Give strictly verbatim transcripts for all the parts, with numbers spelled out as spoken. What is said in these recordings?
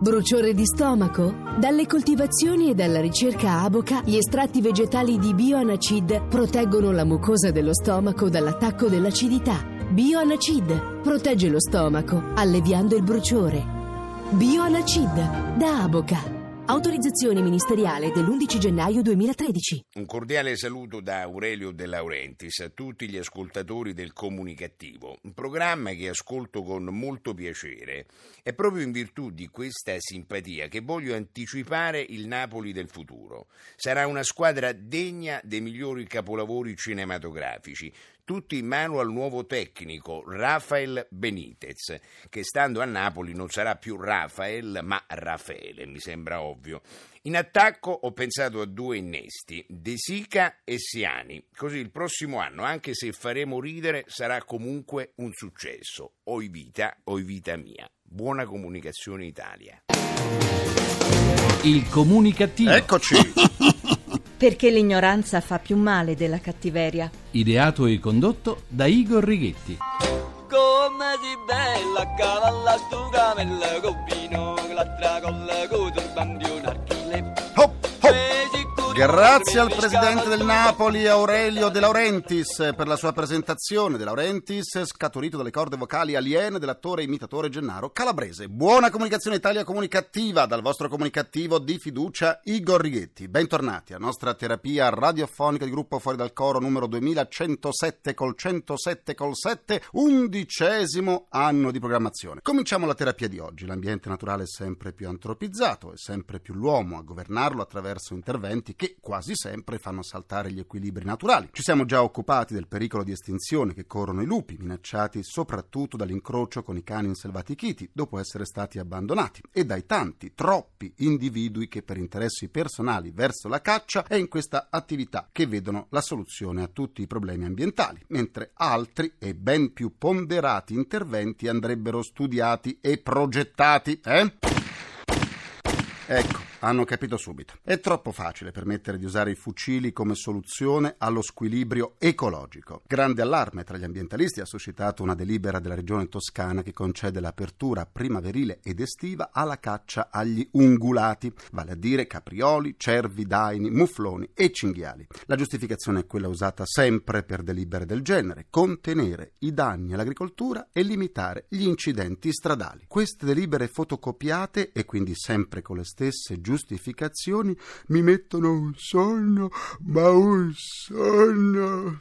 Bruciore di stomaco? Dalle coltivazioni e dalla ricerca Aboca, gli estratti vegetali di Bioanacid proteggono la mucosa dello stomaco dall'attacco dell'acidità. Bioanacid protegge lo stomaco, alleviando il bruciore. Bioanacid da Aboca. Autorizzazione ministeriale dell'undici gennaio duemilatredici. Un cordiale saluto da Aurelio De Laurentiis a tutti gli ascoltatori del Comunicativo, un programma che ascolto con molto piacere. È proprio in virtù di questa simpatia che voglio anticipare il Napoli del futuro. Sarà una squadra degna dei migliori capolavori cinematografici, tutti in mano al nuovo tecnico Rafael Benitez, che stando a Napoli non sarà più Rafael ma Raffaele, mi sembra ovvio. In attacco ho pensato a due innesti, De Sica e Siani, così il prossimo anno, anche se faremo ridere, sarà comunque un successo. Oi vita, oi vita mia. Buona comunicazione Italia. Il Comunicativo. Eccoci. Perché l'ignoranza fa più male della cattiveria. Ideato e condotto da Igor Righetti. Come si bella a cavalla stu camella con vino, l'altra con la coturbandi un archile. Hop, hop. Grazie al presidente del Napoli, Aurelio De Laurentiis, per la sua presentazione. De Laurentiis, scaturito dalle corde vocali aliene dell'attore e imitatore Gennaro Calabrese. Buona comunicazione Italia comunicativa dal vostro comunicativo di fiducia Igor Righetti. Bentornati alla nostra terapia radiofonica di gruppo Fuori dal Coro numero duemilacentosette col centosette col sette, undicesimo anno di programmazione. Cominciamo la terapia di oggi. L'ambiente naturale è sempre più antropizzato, è sempre più l'uomo a governarlo attraverso interventi che che quasi sempre fanno saltare gli equilibri naturali. Ci siamo già occupati del pericolo di estinzione che corrono i lupi, minacciati soprattutto dall'incrocio con i cani inselvatichiti dopo essere stati abbandonati, e dai tanti, troppi individui che per interessi personali verso la caccia è in questa attività che vedono la soluzione a tutti i problemi ambientali, mentre altri e ben più ponderati interventi andrebbero studiati e progettati, eh? Ecco, hanno capito subito. È troppo facile permettere di usare i fucili come soluzione allo squilibrio ecologico. Grande allarme tra gli ambientalisti ha suscitato una delibera della regione toscana che concede l'apertura primaverile ed estiva alla caccia agli ungulati, vale a dire caprioli, cervi, daini, mufloni e cinghiali. La giustificazione è quella usata sempre per delibere del genere: contenere i danni all'agricoltura e limitare gli incidenti stradali. Queste delibere fotocopiate, e quindi sempre con le stesse giustificazioni, mi mettono un sonno, ma un sonno.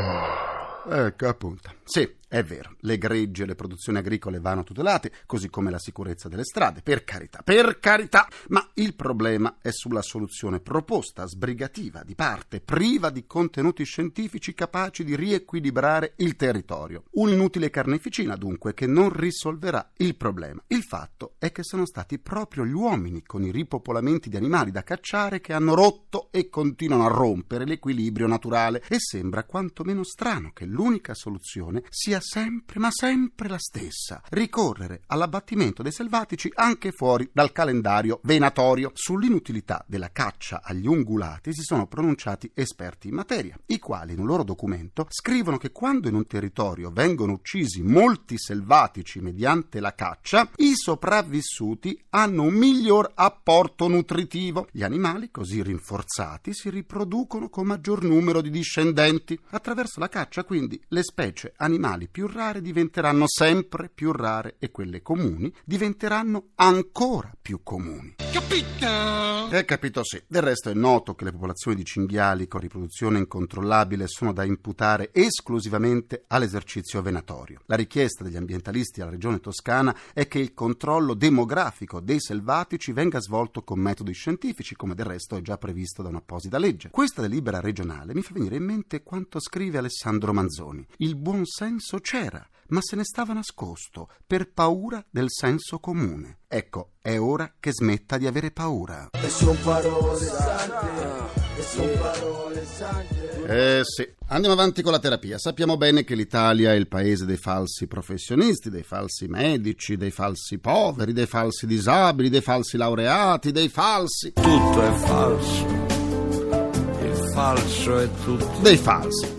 Oh. Ecco, appunto. Sì, è vero, le greggi e le produzioni agricole vanno tutelate, così come la sicurezza delle strade, per carità, per carità, ma il problema è sulla soluzione proposta, sbrigativa, di parte, priva di contenuti scientifici capaci di riequilibrare il territorio. Un'inutile carneficina, dunque, che non risolverà il problema. Il fatto è che sono stati proprio gli uomini, con i ripopolamenti di animali da cacciare, che hanno rotto e continuano a rompere l'equilibrio naturale, e sembra quantomeno strano che l'unica soluzione sia sempre, ma sempre la stessa: ricorrere all'abbattimento dei selvatici anche fuori dal calendario venatorio. Sull'inutilità della caccia agli ungulati si sono pronunciati esperti in materia, i quali in un loro documento scrivono che quando in un territorio vengono uccisi molti selvatici mediante la caccia, i sopravvissuti hanno un miglior apporto nutritivo. Gli animali così rinforzati si riproducono con maggior numero di discendenti. Attraverso la caccia, quindi, le specie animali più rare diventeranno sempre più rare e quelle comuni diventeranno ancora più comuni. Capito? Eh, capito sì. Del resto è noto che le popolazioni di cinghiali con riproduzione incontrollabile sono da imputare esclusivamente all'esercizio venatorio. La richiesta degli ambientalisti alla regione toscana è che il controllo demografico dei selvatici venga svolto con metodi scientifici, come del resto è già previsto da un'apposita legge. Questa delibera regionale mi fa venire in mente quanto scrive Alessandro Manzoni: il buon senso c'era, ma se ne stava nascosto per paura del senso comune. Ecco, è ora che smetta di avere paura. E son parole sante, e son parole sante. Eh sì, andiamo avanti con la terapia. Sappiamo bene che l'Italia è il paese dei falsi professionisti, dei falsi medici, dei falsi poveri, dei falsi disabili, dei falsi laureati, dei falsi... Tutto è falso. Il falso è tutto. Dei falsi.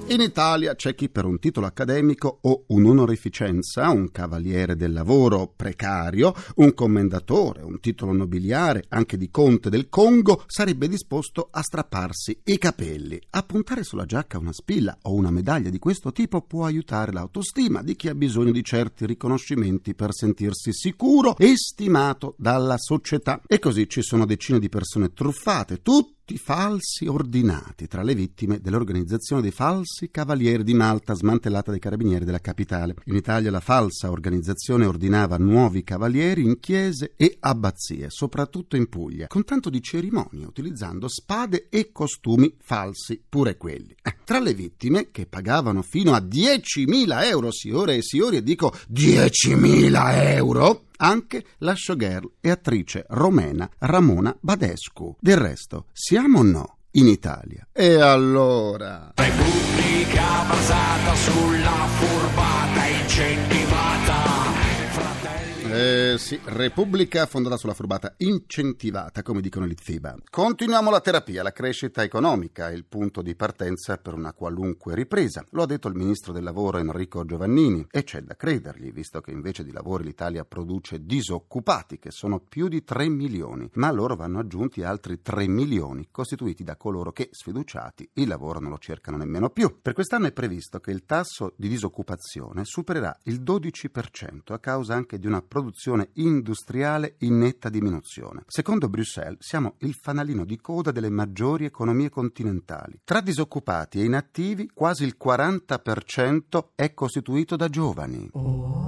In Italia c'è chi per un titolo accademico o un'onorificenza, un cavaliere del lavoro precario, un commendatore, un titolo nobiliare, anche di conte del Congo, sarebbe disposto a strapparsi i capelli. A puntare sulla giacca una spilla o una medaglia di questo tipo può aiutare l'autostima di chi ha bisogno di certi riconoscimenti per sentirsi sicuro e stimato dalla società. E così ci sono decine di persone truffate, tutte falsi ordinati tra le vittime dell'organizzazione dei falsi cavalieri di Malta smantellata dai carabinieri della capitale. In Italia la falsa organizzazione ordinava nuovi cavalieri in chiese e abbazie, soprattutto in Puglia, con tanto di cerimonie, utilizzando spade e costumi falsi, pure quelli. Eh, tra le vittime, che pagavano fino a diecimila euro, signore e signori, e dico diecimila euro, anche la showgirl e attrice romena Ramona Badescu. Del resto, siamo o no in Italia? E allora? Repubblica basata sulla furbata incentivata. Eh sì, Repubblica fondata sulla furbata incentivata, come dicono l'Itfiba. Continuiamo la terapia, la crescita economica è il punto di partenza per una qualunque ripresa. Lo ha detto il ministro del lavoro Enrico Giovannini e c'è da credergli, visto che invece di lavori l'Italia produce disoccupati, che sono più di tre milioni, ma a loro vanno aggiunti altri tre milioni, costituiti da coloro che, sfiduciati, il lavoro non lo cercano nemmeno più. Per quest'anno è previsto che il tasso di disoccupazione supererà il dodici per cento a causa anche di una produzione industriale in netta diminuzione. Secondo Bruxelles siamo il fanalino di coda delle maggiori economie continentali. Tra disoccupati e inattivi quasi il quaranta per cento è costituito da giovani. Oh.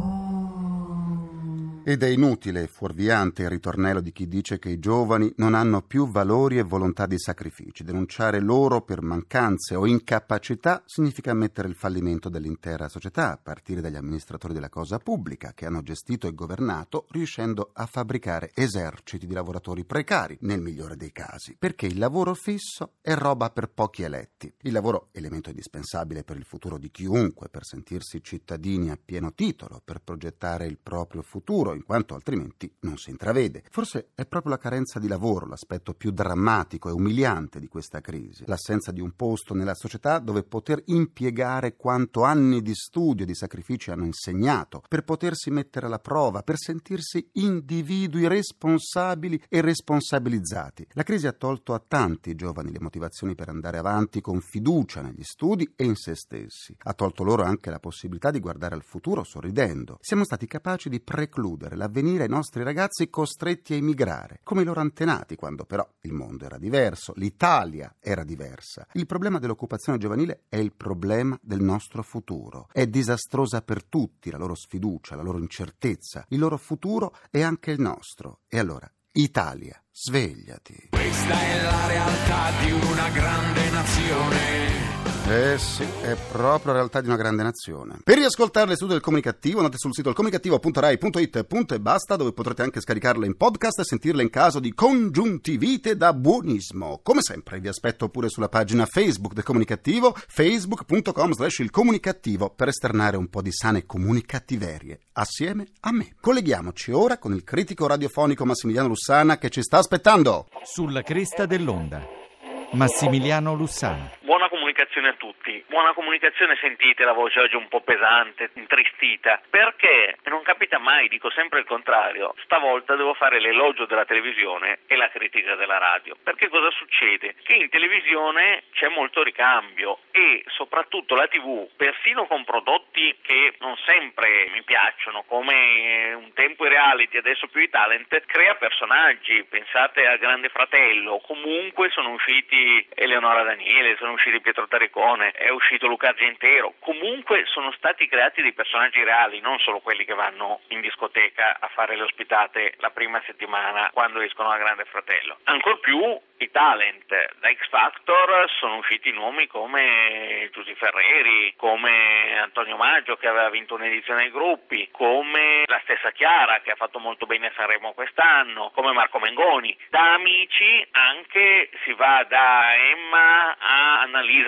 Ed è inutile e fuorviante il ritornello di chi dice che i giovani non hanno più valori e volontà di sacrifici. Denunciare loro per mancanze o incapacità significa ammettere il fallimento dell'intera società, a partire dagli amministratori della cosa pubblica, che hanno gestito e governato riuscendo a fabbricare eserciti di lavoratori precari, nel migliore dei casi, perché il lavoro fisso è roba per pochi eletti. Il lavoro è elemento indispensabile per il futuro di chiunque, per sentirsi cittadini a pieno titolo, per progettare il proprio futuro, in quanto altrimenti non si intravede. Forse è proprio la carenza di lavoro l'aspetto più drammatico e umiliante di questa crisi, l'assenza di un posto nella società dove poter impiegare quanto anni di studio e di sacrifici hanno insegnato, per potersi mettere alla prova, per sentirsi individui responsabili e responsabilizzati. La crisi ha tolto a tanti giovani le motivazioni per andare avanti con fiducia negli studi e in se stessi. Ha tolto loro anche la possibilità di guardare al futuro sorridendo. Siamo stati capaci di precludere l'avvenire ai nostri ragazzi costretti a emigrare, come i loro antenati, quando però il mondo era diverso, l'Italia era diversa. Il problema dell'occupazione giovanile è il problema del nostro futuro. È disastrosa per tutti la loro sfiducia, la loro incertezza. Il loro futuro è anche il nostro. E allora, Italia, svegliati. Questa è la realtà di una grande nazione. Eh sì, è proprio la realtà di una grande nazione. Per riascoltare le sedute del Comunicativo andate sul sito ilcomunicativo punto rai punto it punto e basta, dove potrete anche scaricarle in podcast e sentirle in caso di congiuntivite da buonismo. Come sempre vi aspetto pure sulla pagina Facebook del Comunicativo, facebook punto com slash il comunicativo, per esternare un po' di sane comunicattiverie assieme a me. Colleghiamoci ora con il critico radiofonico Massimiliano Lussana, che ci sta aspettando. Sulla cresta dell'onda, Massimiliano Lussana. Buona comunicazione a tutti. Buona comunicazione, sentite la voce oggi un po' pesante, intristita, perché non capita mai, dico sempre il contrario, stavolta devo fare l'elogio della televisione e la critica della radio. Perché cosa succede? Che in televisione c'è molto ricambio e soprattutto la tivù, persino con prodotti che non sempre mi piacciono, come un tempo i reality, adesso più i talent, crea personaggi. Pensate a Grande Fratello, comunque sono usciti Eleonora Daniele, sono usciti Pietro Taricone, è uscito Luca Argentero, comunque sono stati creati dei personaggi reali, non solo quelli che vanno in discoteca a fare le ospitate la prima settimana quando escono a Grande Fratello. Ancor più i talent, da X Factor sono usciti nomi come Giusy Ferreri, come Antonio Maggio che aveva vinto un'edizione ai gruppi, come la stessa Chiara che ha fatto molto bene a Sanremo quest'anno, come Marco Mengoni. Da amici anche si va da Emma a Annalisa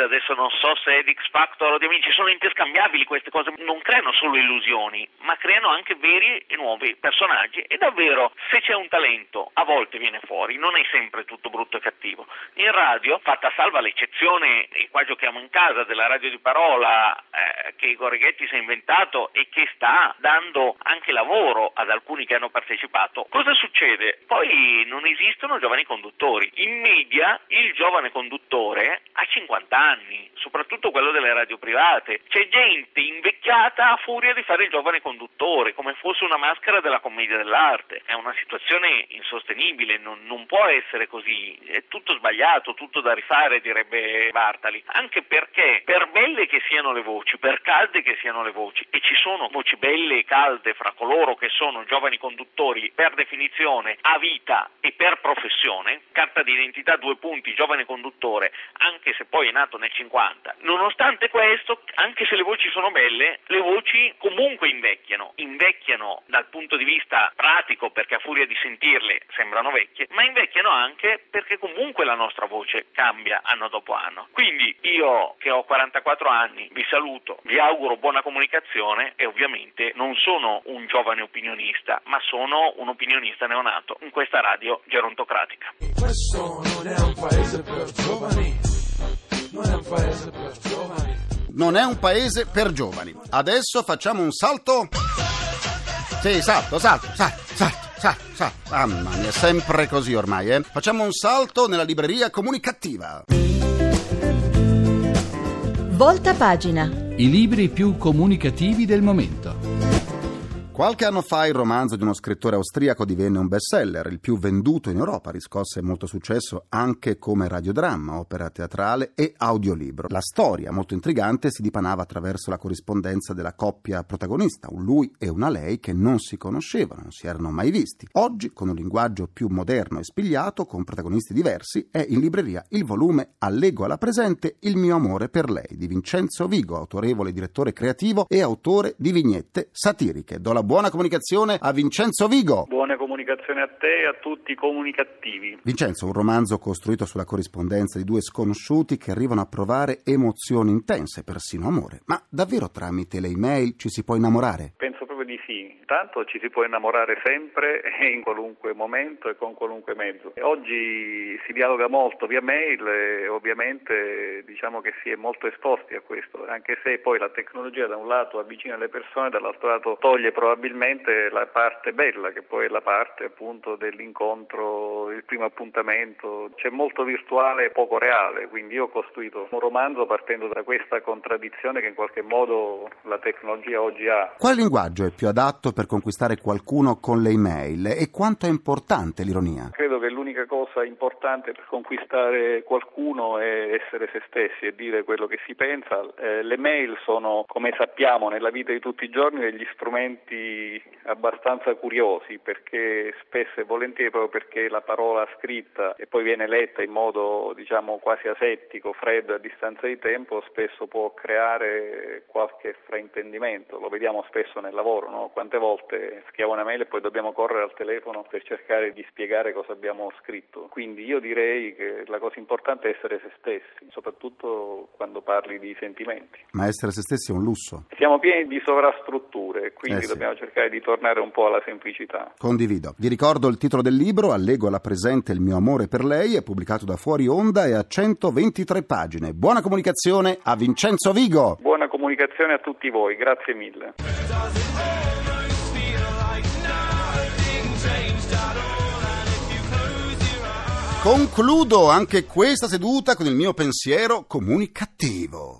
adesso non so se è di X Factor o di Amici, sono interscambiabili queste cose, non creano solo illusioni, ma creano anche veri e nuovi personaggi, e davvero se c'è un talento a volte viene fuori, non è sempre tutto brutto e cattivo. In radio, fatta salva l'eccezione, e qua giochiamo in casa, della radio di parola eh, che Igor Righetti si è inventato e che sta dando anche lavoro ad alcuni che hanno partecipato, cosa succede? Poi non esistono giovani conduttori. In media il giovane conduttore ha cinquanta anni, soprattutto quello delle radio private. C'è gente invecchiata a furia di fare il giovane conduttore, come fosse una maschera della commedia dell'arte. È una situazione insostenibile, non, non può essere così, è tutto sbagliato, tutto da rifare, direbbe Bartali, anche perché per belle che siano le voci, per calde che siano le voci, e ci sono voci belle e calde fra coloro che sono giovani conduttori per definizione a vita e per professione, carta d'identità due punti, giovane conduttore, anche se poi è nato nel cinquanta. Nonostante questo, anche se le voci sono belle, le voci comunque invecchiano, invecchiano dal punto di vista pratico perché a furia di sentirle sembrano vecchie, ma invecchiano anche perché comunque la nostra voce cambia anno dopo anno. Quindi io che ho quarantaquattro anni vi saluto, vi auguro buona comunicazione e ovviamente non sono un giovane opinionista, ma sono un opinionista neonato in questa radio gerontocratica. Questo non è un paese per giovani, non è un paese per giovani. Non è un paese per giovani. Adesso facciamo un salto. Sì, salto, salto, salto, salto, salto, salto. Mamma mia, è sempre così ormai, eh. Facciamo un salto nella libreria comunicativa. Volta pagina. I libri più comunicativi del momento. Qualche anno fa il romanzo di uno scrittore austriaco divenne un bestseller, il più venduto in Europa, riscosse molto successo anche come radiodramma, opera teatrale e audiolibro. La storia, molto intrigante, si dipanava attraverso la corrispondenza della coppia protagonista, un lui e una lei che non si conoscevano, non si erano mai visti. Oggi, con un linguaggio più moderno e spigliato, con protagonisti diversi, è in libreria il volume Allego alla presente Il mio amore per lei, di Vincenzo Vigo, autorevole direttore creativo e autore di vignette satiriche. Do la buona comunicazione a Vincenzo Vigo. Buona comunicazione a te e a tutti i comunicativi. Vincenzo, un romanzo costruito sulla corrispondenza di due sconosciuti che arrivano a provare emozioni intense, persino amore. Ma davvero tramite le email ci si può innamorare? Penso proprio di sì. Tanto ci si può innamorare sempre e in qualunque momento e con qualunque mezzo. Oggi si dialoga molto via mail e ovviamente diciamo che si è molto esposti a questo, anche se poi la tecnologia da un lato avvicina le persone, dall'altro lato toglie probabilmente la parte bella, che poi è la parte appunto dell'incontro, il primo appuntamento. C'è molto virtuale e poco reale, quindi io ho costruito un romanzo partendo da questa contraddizione che in qualche modo la tecnologia oggi ha. Quale linguaggio è più adatto per conquistare qualcuno con le email e quanto è importante l'ironia? Credo che l'unica cosa importante per conquistare qualcuno è essere se stessi e dire quello che si pensa. Eh, le mail sono, come sappiamo, nella vita di tutti i giorni degli strumenti abbastanza curiosi, perché spesso e volentieri, proprio perché la parola scritta e poi viene letta in modo diciamo quasi asettico, freddo, a distanza di tempo, spesso può creare qualche fraintendimento. Lo vediamo spesso nel lavoro, no? Quante volte scriviamo una mail e poi dobbiamo correre al telefono per cercare di spiegare cosa abbiamo scritto. Quindi io direi che la cosa importante è essere se stessi, soprattutto quando parli di sentimenti. Ma essere se stessi è un lusso. Siamo pieni di sovrastrutture, quindi eh sì. dobbiamo cercare di tornare un po' alla semplicità. Condivido. Vi ricordo il titolo del libro, Allego alla presente Il mio amore per lei, è pubblicato da Fuori Onda e a centoventitré pagine. Buona comunicazione a Vincenzo Vigo. Buona comunicazione a tutti voi, grazie mille. Concludo anche questa seduta con il mio pensiero comunicativo.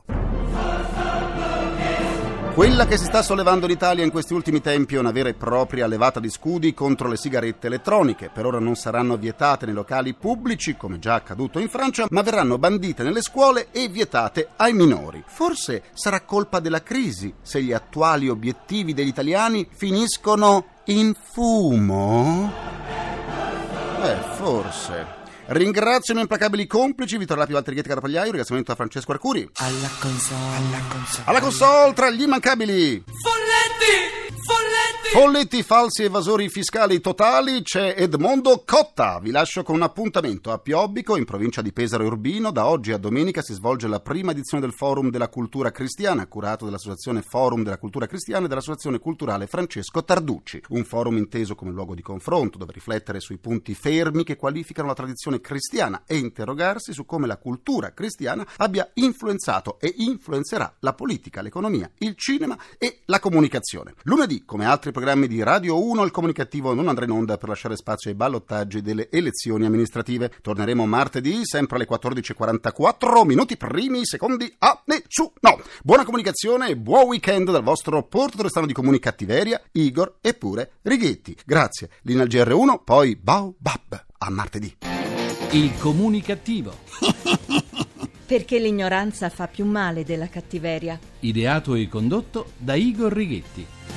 Quella che si sta sollevando in Italia in questi ultimi tempi è una vera e propria levata di scudi contro le sigarette elettroniche. Per ora non saranno vietate nei locali pubblici, come già accaduto in Francia, ma verranno bandite nelle scuole e vietate ai minori. Forse sarà colpa della crisi se gli attuali obiettivi degli italiani finiscono in fumo? Eh, forse. Ringrazio i miei implacabili complici, Vittorio Lapi, Walter Righetti, Carapagliaio, ringraziamento a Francesco Arcuri. Alla console, alla console. Alla console tra gli immancabili Folletti! Folletti! Folletti, falsi, evasori fiscali totali, c'è Edmondo Cotta. Vi lascio con un appuntamento a Piobbico, in provincia di Pesaro e Urbino. Da oggi a domenica si svolge la prima edizione del Forum della Cultura Cristiana, curato dall'Associazione Forum della Cultura Cristiana e dall'Associazione Culturale Francesco Tarducci. Un forum inteso come luogo di confronto, dove riflettere sui punti fermi che qualificano la tradizione cristiana e interrogarsi su come la cultura cristiana abbia influenzato e influenzerà la politica, l'economia, il cinema e la comunicazione. Lunedì, come altri programmi di Radio uno, il comunicativo non andrà in onda per lasciare spazio ai ballottaggi delle elezioni amministrative. Torneremo martedì, sempre alle quattordici e quarantaquattro, minuti primi, secondi a nessuno. Buona comunicazione e buon weekend dal vostro portatore strano di comunicattiveria, Igor e pure Righetti. Grazie. Linea al G R uno, poi Baobab. A martedì. Il comunicativo. Perché l'ignoranza fa più male della cattiveria. Ideato e condotto da Igor Righetti.